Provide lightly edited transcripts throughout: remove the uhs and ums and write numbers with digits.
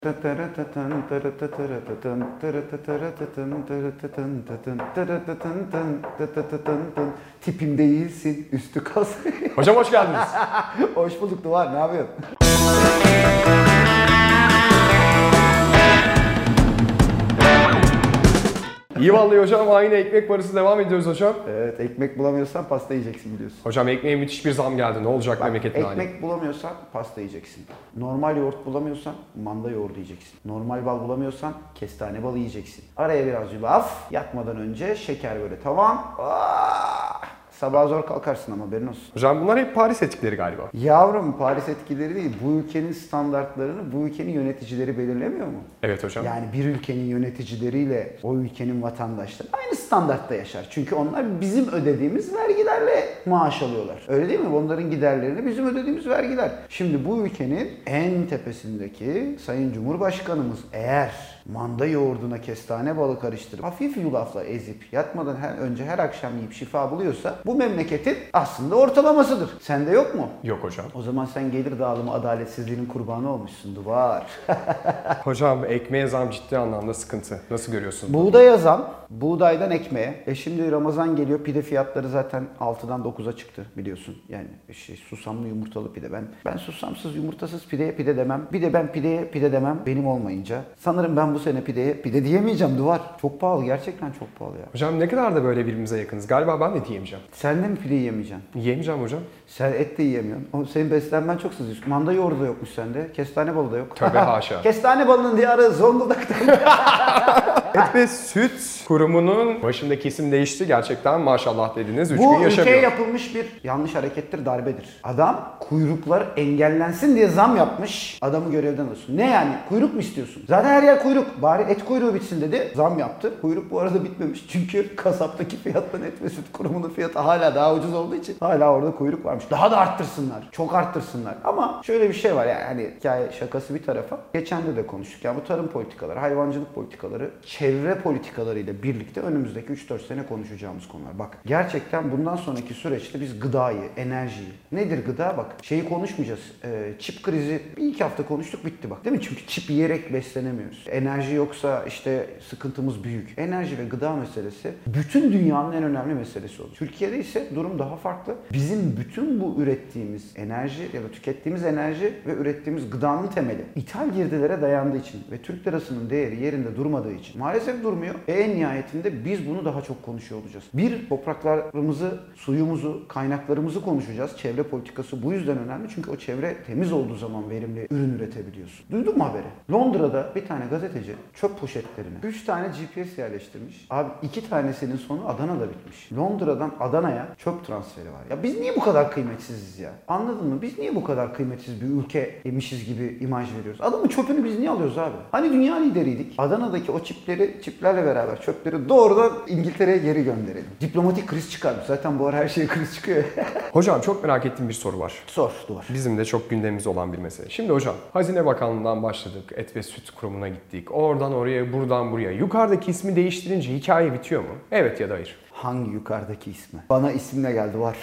Tipim değilsin, üstü kas. Hocam hoş geldiniz. Hoş bulduk Duvar, ne yapıyorsun? İyi vallahi hocam, aynı ekmek parası devam ediyoruz hocam. Evet, ekmek bulamıyorsan pasta yiyeceksin biliyorsun. Hocam ekmeğe müthiş bir zam geldi. Ne olacak Bak, memleketin hali? ekmek bulamıyorsan pasta yiyeceksin. Normal yoğurt bulamıyorsan manda yoğurdu yiyeceksin. Normal bal bulamıyorsan kestane balı yiyeceksin. Araya biraz yulaf, yatmadan önce şeker böyle tamam. Sabah zor kalkarsın ama haberin olsun. Hocam bunlar hep Paris etikleri galiba. Yavrum Paris etkileri değil, bu ülkenin standartlarını bu ülkenin yöneticileri belirlemiyor mu? Evet hocam. Yani bir ülkenin yöneticileriyle o ülkenin vatandaşları aynı standartta yaşar. Çünkü onlar bizim ödediğimiz vergilerle maaş alıyorlar. Öyle değil mi? Onların giderlerini bizim ödediğimiz vergiler. Şimdi bu ülkenin en tepesindeki Sayın Cumhurbaşkanımız eğer manda yoğurduna kestane balı karıştırıp hafif yulafla ezip yatmadan önce her akşam yiyip şifa buluyorsa bu memleketin aslında ortalamasıdır. Sende yok mu? Yok hocam. O zaman sen gelir dağılımı adaletsizliğinin kurbanı olmuşsun Duvar. Hocam ekmeğe zam ciddi anlamda sıkıntı. Nasıl görüyorsunuz? Buğdaya zam, buğdaydan ekmeğe. Şimdi Ramazan geliyor, pide fiyatları zaten 6'dan 9'a çıktı biliyorsun. Yani susamlı yumurtalı pide. Ben susamsız yumurtasız pideye pide demem. Bir de ben pideye pide demem benim olmayınca. Sanırım ben bu sene pideye pide diyemeyeceğim Duvar. Çok pahalı, gerçekten çok pahalı ya. Hocam ne kadar da böyle birbirimize yakınız. Galiba ben de diyemeyeceğim. Sen de mi pide yiyemeyeceksin? Yiyemeyeceğim hocam. Sen et de yiyemiyorsun. Senin beslenmen çok sızıyor. Manda yoğurdu da yokmuş sende. Kestane balı da yok. Tövbe haşa. Kestane balının diyarı Zonguldak'ta. Et ve Süt Kurumu'nun başındaki isim değişti. Gerçekten maşallah dediniz. 3 gün Bu yaşamıyor. ülkeye yapılmış bir yanlış harekettir, darbedir. Adam kuyruklar engellensin diye zam yapmış. Adamı görevden alıyorsun. Ne yani? Kuyruk mu istiyorsun? Zaten her yer kuyruk. Bari et kuyruğu bitsin dedi. Zam yaptı. Kuyruk bu arada bitmemiş. Çünkü kasaptaki fiyattan Et ve Süt Kurumu'nun fiyatı hala daha ucuz olduğu için hala orada kuyruk varmış. Daha da arttırsınlar. Çok arttırsınlar. Ama şöyle bir şey var yani hani hikaye şakası bir tarafa. Geçen de konuştuk. Yani bu tarım politikaları, hayvancılık politikaları, çevre politikalarıyla birlikte önümüzdeki 3-4 sene konuşacağımız konular. Bak gerçekten bundan sonraki süreçte biz gıdayı, enerjiyi, nedir gıda? Bak şeyi konuşmayacağız. Çip krizi bir iki hafta konuştuk bitti bak değil mi? Çünkü çip yiyerek beslenemiyoruz. Enerji yoksa işte sıkıntımız büyük. Enerji ve gıda meselesi bütün dünyanın en önemli meselesi olur. Türkiye'de ise durum daha farklı. Bizim bütün bu ürettiğimiz enerji ya da tükettiğimiz enerji ve ürettiğimiz gıdanın temeli ithal girdilere dayandığı için ve Türk lirasının değeri yerinde durmadığı için maalesef durmuyor. En nihayetinde biz bunu daha çok konuşuyor olacağız. Bir, topraklarımızı, suyumuzu, kaynaklarımızı konuşacağız. Çevre politikası bu yüzden önemli. Çünkü o çevre temiz olduğu zaman verimli ürün üretebiliyorsun. Duydun mu haberi? Londra'da bir tane gazeteci çöp poşetlerine 3 tane GPS yerleştirmiş. Abi 2 tanesinin sonu Adana'da bitmiş. Londra'dan Adana'ya çöp transferi var. Ya biz niye bu kadar kıymetsiziz ya? Anladın mı? Biz niye bu kadar kıymetsiz bir ülkeymişiz gibi imaj veriyoruz? Adamın çöpünü biz niye alıyoruz abi? Hani dünya lideriydik. Adana'daki o çiplerle beraber çöpleri doğrudan İngiltere'ye geri gönderelim. Diplomatik kriz çıkarmış. Zaten bu ara her şeye kriz çıkıyor. Hocam çok merak ettiğim bir soru var. Sor Duvar. Bizim de çok gündemimizde olan bir mesele. Şimdi hocam Hazine Bakanlığı'ndan başladık. Et ve Süt Kurumu'na gittik. Oradan oraya, buradan buraya. Yukarıdaki ismi değiştirince hikaye bitiyor mu? Evet ya da hayır. Hangi yukarıdaki ismi? Bana isimle geldi var.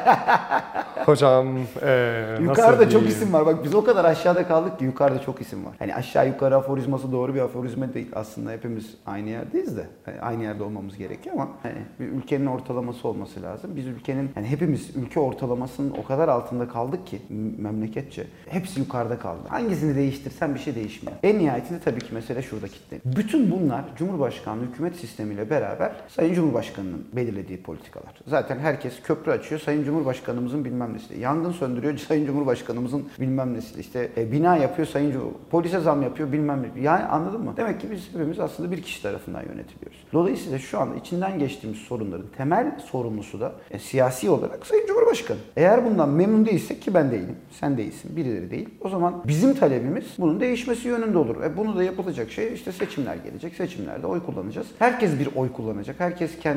Hocam yukarıda çok isim var. Bak biz o kadar aşağıda kaldık ki yukarıda çok isim var. Hani aşağı yukarı aforizması doğru bir aforizma değil. Aslında hepimiz aynı yerdeyiz de. Yani aynı yerde olmamız gerekiyor ama hani bir ülkenin ortalaması olması lazım. Biz ülkenin hani hepimiz ülke ortalamasının o kadar altında kaldık ki memleketçe. Hepsi yukarıda kaldı. Hangisini değiştirsen bir şey değişmiyor. En nihayetinde tabii ki mesele şurada kilitli. Bütün bunlar Cumhurbaşkanlığı hükümet sistemiyle beraber Sayın Cumhurbaşkanı'nın belirlediği politikalar. Zaten herkes köprü açıyor. Sayın Cumhurbaşkanımızın bilmem nesi. Yangın söndürüyor. Sayın Cumhurbaşkanımızın bilmem nesi. İşte bina yapıyor. Polise zam yapıyor bilmem ne. Yani anladın mı? Demek ki biz hepimiz aslında bir kişi tarafından yönetiliyoruz. Dolayısıyla şu anda içinden geçtiğimiz sorunların temel sorumlusu da siyasi olarak Sayın Cumhurbaşkanı. Eğer bundan memnun değilsek ki ben değilim. Sen değilsin. Birileri değil. O zaman bizim talebimiz bunun değişmesi yönünde olur. Bunu da yapılacak şey işte seçimler gelecek. Seçimlerde oy kullanacağız. Herkes bir oy kullanacak. Herkes kendine göre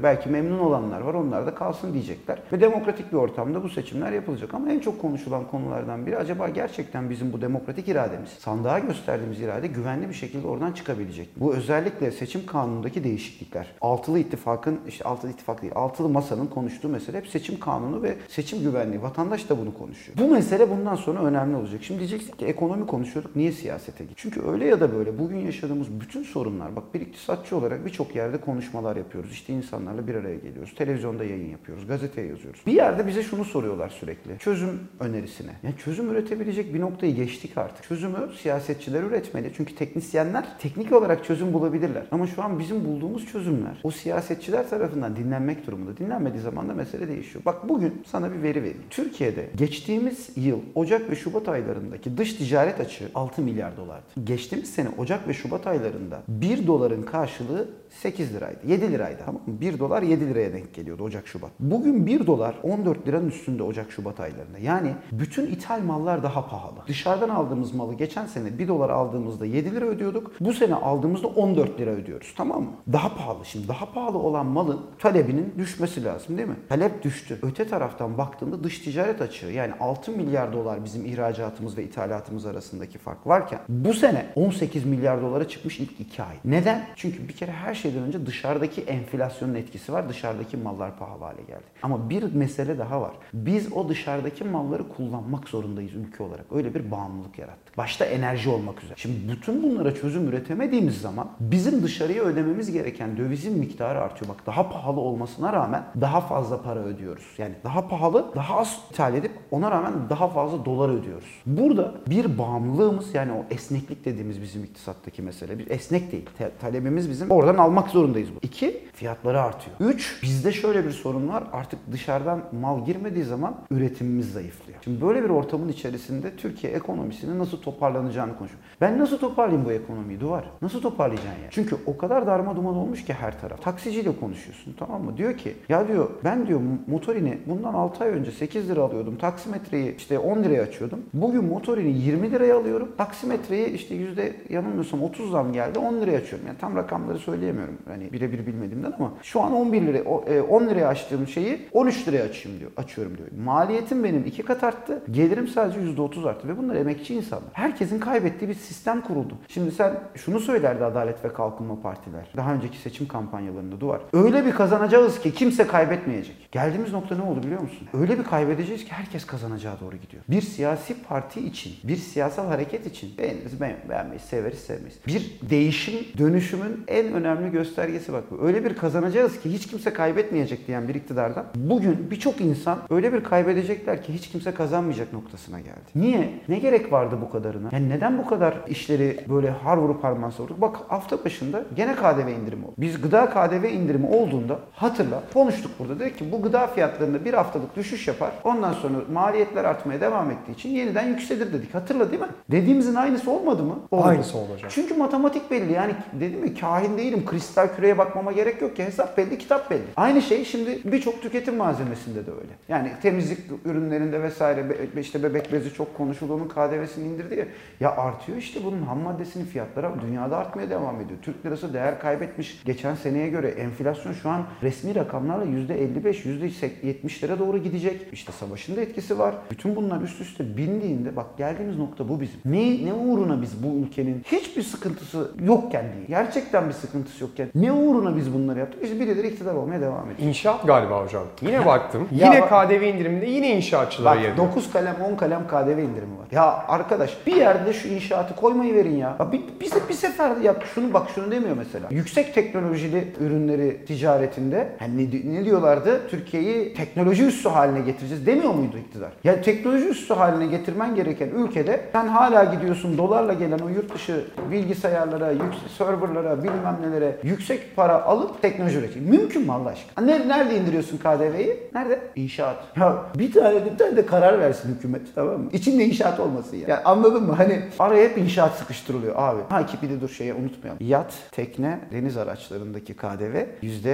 Belki memnun olanlar var, onlar da kalsın diyecekler. Ve demokratik bir ortamda bu seçimler yapılacak. Ama en çok konuşulan konulardan biri, acaba gerçekten bizim bu demokratik irademiz, sandığa gösterdiğimiz irade güvenli bir şekilde oradan çıkabilecek. Bu özellikle seçim kanunundaki değişiklikler. Altılı ittifakın, işte altılı ittifak değil, altılı masanın konuştuğu mesele hep seçim kanunu ve seçim güvenliği. Vatandaş da bunu konuşuyor. Bu mesele bundan sonra önemli olacak. Şimdi diyeceksin ki ekonomi konuşuyorduk, niye siyasete gidiyor? Çünkü öyle ya da böyle bugün yaşadığımız bütün sorunlar, bak bir iktisatçı olarak birçok yerde konuşmalar yapıyoruz. İşte insanlarla bir araya geliyoruz. Televizyonda yayın yapıyoruz. Gazeteye yazıyoruz. Bir yerde bize şunu soruyorlar sürekli. Çözüm önerisine. Yani çözüm üretebilecek bir noktayı geçtik artık. Çözümü siyasetçiler üretmeli. Çünkü teknisyenler teknik olarak çözüm bulabilirler. Ama şu an bizim bulduğumuz çözümler o siyasetçiler tarafından dinlenmek durumunda. Dinlenmediği zaman da mesele değişiyor. Bak bugün sana bir veri vereyim. Türkiye'de geçtiğimiz yıl Ocak ve Şubat aylarındaki dış ticaret açığı 6 milyar dolardı. Geçtiğimiz sene Ocak ve Şubat aylarında 1 doların karşılığı 8 liraydı. 7 liraydı. Tamam mı? 1 dolar 7 liraya denk geliyordu Ocak-Şubat. Bugün 1 dolar 14 liranın üstünde Ocak-Şubat aylarında. Yani bütün ithal mallar daha pahalı. Dışarıdan aldığımız malı geçen sene 1 dolar aldığımızda 7 lira ödüyorduk. Bu sene aldığımızda 14 lira ödüyoruz. Tamam mı? Daha pahalı. Şimdi daha pahalı olan malın talebinin düşmesi lazım değil mi? Talep düştü. Öte taraftan baktığında dış ticaret açığı, yani 6 milyar dolar bizim ihracatımız ve ithalatımız arasındaki fark varken bu sene 18 milyar dolara çıkmış ilk 2 ay. Neden? Çünkü bir kere her şeyden önce dışarıdaki enflasyonun etkisi var. Dışarıdaki mallar pahalı hale geldi. Ama bir mesele daha var. Biz o dışarıdaki malları kullanmak zorundayız ülke olarak. Öyle bir bağımlılık yarattık. Başta enerji olmak üzere. Şimdi bütün bunlara çözüm üretemediğimiz zaman bizim dışarıya ödememiz gereken dövizin miktarı artıyor. Bak daha pahalı olmasına rağmen daha fazla para ödüyoruz. Yani daha pahalı, daha az ithal edip ona rağmen daha fazla dolar ödüyoruz. Burada bir bağımlılığımız, yani o esneklik dediğimiz bizim iktisattaki mesele. Bir esnek değil. Talebimiz bizim oradan almak zorundayız bu. 2, fiyatları artıyor. 3, bizde şöyle bir sorun var. Artık dışarıdan mal girmediği zaman üretimimiz zayıflıyor. Şimdi böyle bir ortamın içerisinde Türkiye ekonomisinin nasıl toparlanacağını konuşuyor. Ben nasıl toparlayayım bu ekonomiyi Duvar? Nasıl toparlayacaksın ya? Çünkü o kadar darma duman olmuş ki her taraf. Taksiciyle konuşuyorsun, tamam mı? Diyor ki ya diyor ben diyor motorini bundan 6 ay önce 8 lira alıyordum. Taksimetreyi işte 10 liraya açıyordum. Bugün motorini 20 liraya alıyorum. Taksimetreyi işte yanılmıyorsam 30 zam geldi, 10 liraya açıyorum. Yani tam rakamları söyleyemiyorum. Hani birebir bilmediğimden ama şu an 11 lira 10 liraya açtığım şeyi 13 liraya açıyorum diyor. Maliyetim benim 2 kat arttı. Gelirim sadece %30 arttı ve bunlar emekçi insanlar. Herkesin kaybettiği bir sistem kuruldu. Şimdi sen şunu söylerdi Adalet ve Kalkınma partiler. Daha önceki seçim kampanyalarında Duvar. Öyle bir kazanacağız ki kimse kaybetmeyecek. Geldiğimiz nokta ne oldu biliyor musun? Öyle bir kaybedeceğiz ki herkes kazanacağı doğru gidiyor. Bir siyasi parti için, bir siyasal hareket için beğenmeyiz, severiz, sevmeyiz. Bir değişim, dönüşümün en önemli göstergesi bak bu. Öyle bir kazanacağız ki hiç kimse kaybetmeyecek diyen bir iktidardan bugün birçok insan öyle bir kaybedecekler ki hiç kimse kazanmayacak noktasına geldi. Niye? Ne gerek vardı bu kadarına? Yani neden bu kadar işleri böyle har vurup harman savurduk? Bak hafta başında gene KDV indirimi oldu. Biz gıda KDV indirimi olduğunda hatırla konuştuk burada. Dedik ki bu gıda fiyatlarında bir haftalık düşüş yapar. Ondan sonra maliyetler artmaya devam ettiği için yeniden yükselir dedik. Hatırla değil mi? Dediğimizin aynısı olmadı mı? Oldu. Aynısı olacak. Çünkü matematik belli. Yani dedim mi kahin değilim. Kristal küreye bakmama gerek yok ki. Hesap belli, kitap belli. Aynı şey şimdi birçok tüketim malzemesinde de öyle. Yani temizlik ürünlerinde vesaire işte bebek bezi çok konuşulduğunun KDV'sini indirdi ya. Ya artıyor işte bunun ham maddesinin fiyatları dünyada artmaya devam ediyor. Türk lirası değer kaybetmiş. Geçen seneye göre enflasyon şu an resmi rakamlarla %55, %70'lere doğru gidecek. İşte savaşın da etkisi var. Bütün bunlar üst üste bindiğinde bak geldiğimiz nokta bu bizim. Ne uğruna biz bu ülkenin hiçbir sıkıntısı yokken değil. Gerçekten bir sıkıntısı yokken ne uğruna biz bunları yaptık? İşte birileri iktidar olmaya devam ediyor. İnşaat galiba hocam. Yine baktım. Yine KDV indiriminde yine inşaatçılara yarıyor. 9 kalem 10 kalem KDV indirimi var. Ya arkadaş bir yerde şu inşaatı koymayı verin ya. Bir sefer yap şunu demiyor mesela. Yüksek teknolojili ürünleri ticaretinde hani ne diyorlardı? Türkiye'yi teknoloji üssü haline getireceğiz demiyor muydu iktidar? Ya teknoloji üssü haline getirmen gereken ülkede sen hala gidiyorsun dolarla gelen o yurt dışı bilgisayarlara, serverlara, bilmem nelere yüksek para alıp teknoloji üreteceksin. Mümkün mü Allah aşkına? Nerede indiriyorsun KDV'yi? Nerede? İnşaat. Ya bir tane de karar versin hükümet, tamam mı? İçinde inşaat olmasın ya. Yani anladın mı? Hani araya hep inşaat sıkıştırılıyor abi. Bir de dur unutmayalım. Yat, tekne, deniz araçlarındaki KDV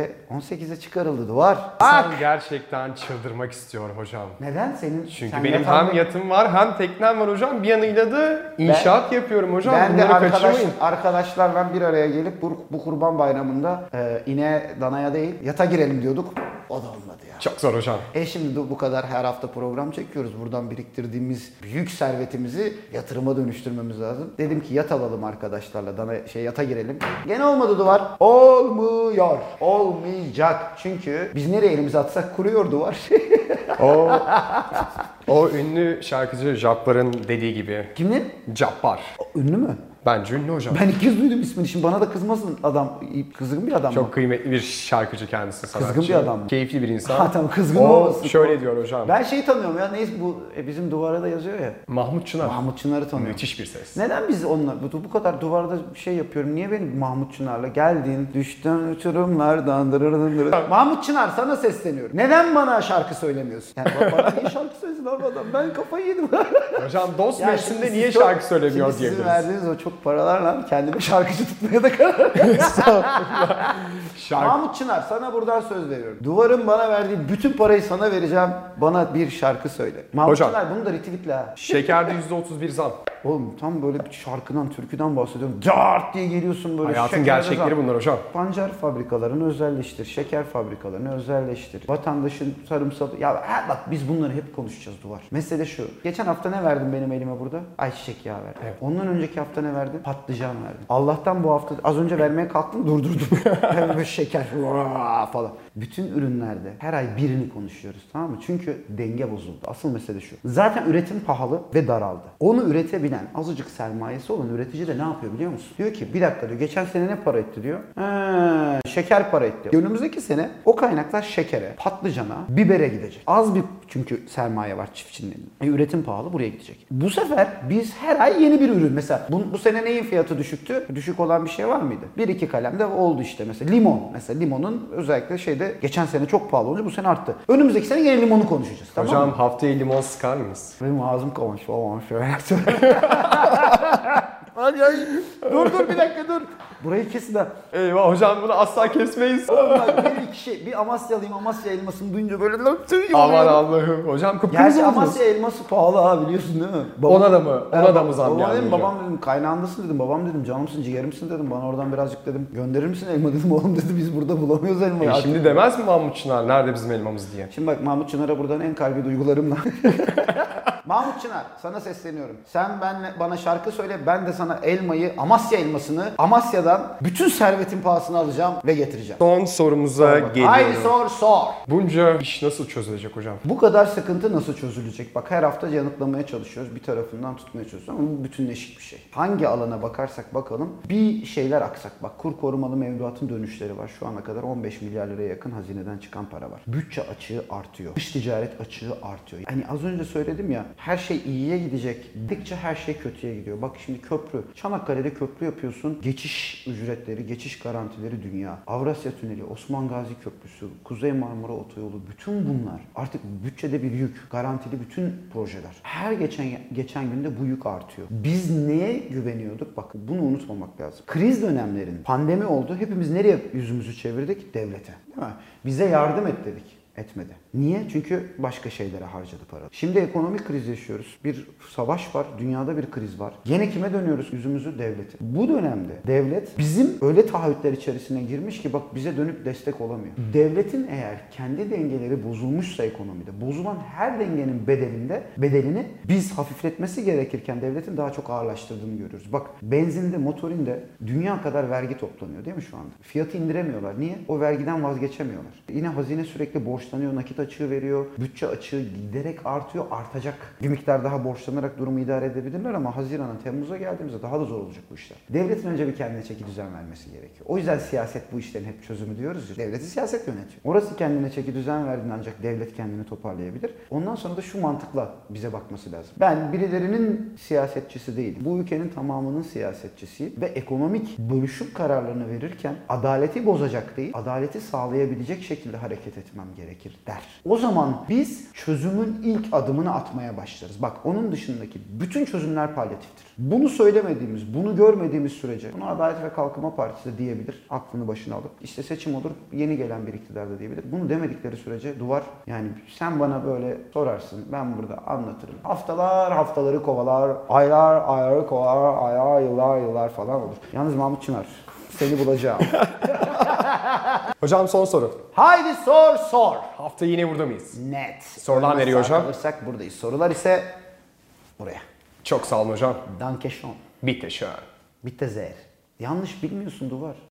%18'e çıkarıldı Duvar. Sen gerçekten çıldırmak istiyor hocam. Neden? Çünkü benim hem yatım var hem teknem var hocam. Bir yanıyla da inşaat yapıyorum hocam. Ben de Bunları kaçırmayın. arkadaşlarla bir araya gelip bu Kurban Bayramı'nda ineğe dana Danaya değil, yata girelim diyorduk. O da olmadı ya. Çok zor hocam. Şimdi bu kadar her hafta program çekiyoruz. Buradan biriktirdiğimiz büyük servetimizi yatırıma dönüştürmemiz lazım. Dedim ki yat alalım arkadaşlarla. Yata girelim. Gene olmadı duvar. Olmuyor. Olmayacak. Çünkü biz nereye elimizi atsak kuruyor duvar. O ünlü şarkıcı Jabbar'ın dediği gibi. Kimin? Jabbar. Ünlü mü? Bence ünlü hocam. Ben ilk kez duydum ismini. Şimdi bana da kızmasın adam. Kızgın bir adam mı? Çok kıymetli bir şarkıcı kendisi, sanatçı. Kızgın bir adam mı? Keyifli bir insan. Ha tamam, kızgın O olmasın. şöyle diyor hocam. Ben şeyi tanıyorum ya. Neyse bu bizim duvara da yazıyor ya. Mahmut Çınar. Mahmut Çınar'ı tanıyorum. Müthiş bir ses. Neden biz onunla bu kadar duvarda şey yapıyorum? Niye benim Mahmut Çınar'la geldin düştün uçurumlardan dırırırır. Mahmut Çınar sana sesleniyorum. Neden bana şarkı söylemiyorsun? Yani bana niye şarkı söylesin abi adam? Ben kafayı yedim. Hocam dost Ya mevsiminde şimdi niye siz çok- şarkı söylemiyor şimdi diyebiliriz. sizin verdiğiniz o çok paralarla kendime şarkıcı tutmaya da karar verdim. Mahmut Çınar sana buradan söz veriyorum. Duvarın bana verdiği bütün parayı sana vereceğim. Bana bir şarkı söyle. Mahmut Hocam. Çınar bunu da retweetle ha. Şekerde %31 zam. Oğlum tam böyle bir şarkıdan, türküden bahsediyorum. Cart diye geliyorsun böyle. Hayatın şekerde gerçekleri zam. bunlar hocam. Pancar fabrikalarını özelleştir, şeker fabrikalarını özelleştir. Vatandaşın sarımsağı... Ya bak biz bunları hep konuşacağız Duvar. Mesele şu. Geçen hafta ne verdin benim elime burada? Ayçiçek yağı verdim. Evet. Ondan önceki hafta ne verdin? Patlıcan verdim. Allah'tan bu hafta az önce vermeye kalktım durdurdum. Hemen böyle şeker falan. Bütün ürünlerde her ay birini konuşuyoruz, tamam mı? Çünkü denge bozuldu. Asıl mesele şu. Zaten üretim pahalı ve daraldı. Onu üretebilen, azıcık sermayesi olan üretici de ne yapıyor biliyor musun? Diyor ki bir dakika diyor, geçen sene ne para etti diyor. Şeker para etti. Önümüzdeki sene o kaynaklar şekere, patlıcana, bibere gidecek. Az bir çünkü sermaye var çiftçinin elinde. Üretim pahalı, buraya gidecek. Bu sefer biz her ay yeni bir ürün. Mesela bu sene neyin fiyatı düşüktü? Düşük olan bir şey var mıydı? 1-2 kalemde oldu işte mesela. Limon. Mesela limonun özellikle şeyde geçen sene çok pahalı olunca bu sene arttı. Önümüzdeki sene yine limonu konuşacağız. Tamam Hocam mı? haftaya limon sıkar mıyız? Benim ağzım kalmış falan şöyle. Hadi. Dur bir dakika dur. Burayı kesin de. Eyvah hocam bunu asla kesmeyiz. Bir Amasyalıyım, Amasya elmasını duyunca böyle Aman Allah'ım. Hocam kıpkırmızı Gerçi oldunuz. Amasya elması pahalı ha, biliyorsun değil mi? Ona da mı? Ona da mı zam babama geldi dedim, hocam? babam dedim kaynağındasın dedim, babam dedim canımsın ciğerimsin dedim, bana oradan birazcık dedim gönderir misin elma dedim, oğlum dedi biz burada bulamıyoruz elmayı. Şimdi demez mi Mahmut Çınar nerede bizim elmamız diye? Şimdi bak Mahmut Çınar'a buradan en kalbi duygularımla. Mahmut Çınar sana sesleniyorum. Sen bana şarkı söyle, ben de sana elmayı, Amasya elmasını Amasya'dan bütün servetin pahasına alacağım ve getireceğim. Son sorumuza geliyorum. Haydi sor. Bunca iş nasıl çözülecek hocam? Bu kadar sıkıntı nasıl çözülecek? Bak her hafta yanıtlamaya çalışıyoruz. Bir tarafından tutmaya çalışıyoruz ama bu bütünleşik bir şey. Hangi alana bakarsak bakalım bir şeyler aksak. Bak kur korumalı mevduatın dönüşleri var. Şu ana kadar 15 milyar liraya yakın hazineden çıkan para var. Bütçe açığı artıyor. Dış ticaret açığı artıyor. Hani az önce söyledim ya, her şey iyiye gidecek. Dedikçe her şey kötüye gidiyor. Bak şimdi köprü. Çanakkale'de köprü yapıyorsun. Geçiş ücretleri, geçiş garantileri dünya. Avrasya Tüneli, Osman Gazi Köprüsü, Kuzey Marmara Otoyolu, bütün bunlar artık bütçede bir yük. Garantili bütün projeler. Her geçen günde bu yük artıyor. Biz neye güveniyorduk? Bak bunu unutmamak lazım. Kriz dönemlerinde pandemi oldu. Hepimiz nereye yüzümüzü çevirdik? Devlete. Değil mi? Bize yardım et dedik. Etmedi. Niye? Çünkü başka şeylere harcadı para. Şimdi ekonomik kriz yaşıyoruz. Bir savaş var. Dünyada bir kriz var. Gene kime dönüyoruz? Yüzümüzü devlete. Bu dönemde devlet bizim öyle taahhütler içerisine girmiş ki bak bize dönüp destek olamıyor. Devletin eğer kendi dengeleri bozulmuşsa ekonomide, bozulan her dengenin bedelini biz hafifletmesi gerekirken devletin daha çok ağırlaştırdığını görüyoruz. Bak benzinde, motorinde dünya kadar vergi toplanıyor değil mi şu anda? Fiyatı indiremiyorlar. Niye? O vergiden vazgeçemiyorlar. Yine hazine sürekli borçlanıyor, nakit açığı veriyor. Bütçe açığı giderek artıyor, artacak. Bir miktar daha borçlanarak durumu idare edebilirler ama Haziran'a, Temmuz'a geldiğimizde daha da zor olacak bu işler. Devletin önce bir kendine çeki düzen vermesi gerekiyor. O yüzden siyaset bu işlerin hep çözümü diyoruz ya. Devleti siyaset yönetiyor. Orası kendine çeki düzen verdiğinde ancak devlet kendini toparlayabilir. Ondan sonra da şu mantıkla bize bakması lazım. Ben birilerinin siyasetçisi değilim. Bu ülkenin tamamının siyasetçisiyim ve ekonomik bölüşüm kararlarını verirken adaleti bozacak değil, adaleti sağlayabilecek şekilde hareket etmem gerekir der. O zaman biz çözümün ilk adımını atmaya başlarız. Bak onun dışındaki bütün çözümler palyatiftir. Bunu söylemediğimiz, bunu görmediğimiz sürece bunu Adalet ve Kalkınma Partisi de diyebilir. Aklını başına alıp işte seçim olur, yeni gelen bir iktidar da diyebilir. Bunu demedikleri sürece duvar, yani sen bana böyle sorarsın, ben burada anlatırım. Haftaları kovalar, aylar kovalar, aylar yıllar falan olur. Yalnız Mahmut Çınar, Seni bulacağım. Hocam son soru. Haydi sor. Hafta yine burada mıyız? Net. Sorular Ölmezse nereye hocam? kalırsak buradayız. Sorular ise buraya. Çok sağ olun hocam. Danke schön. Bitte schön. Bitte sehr. Yanlış bilmiyorsun Duvar.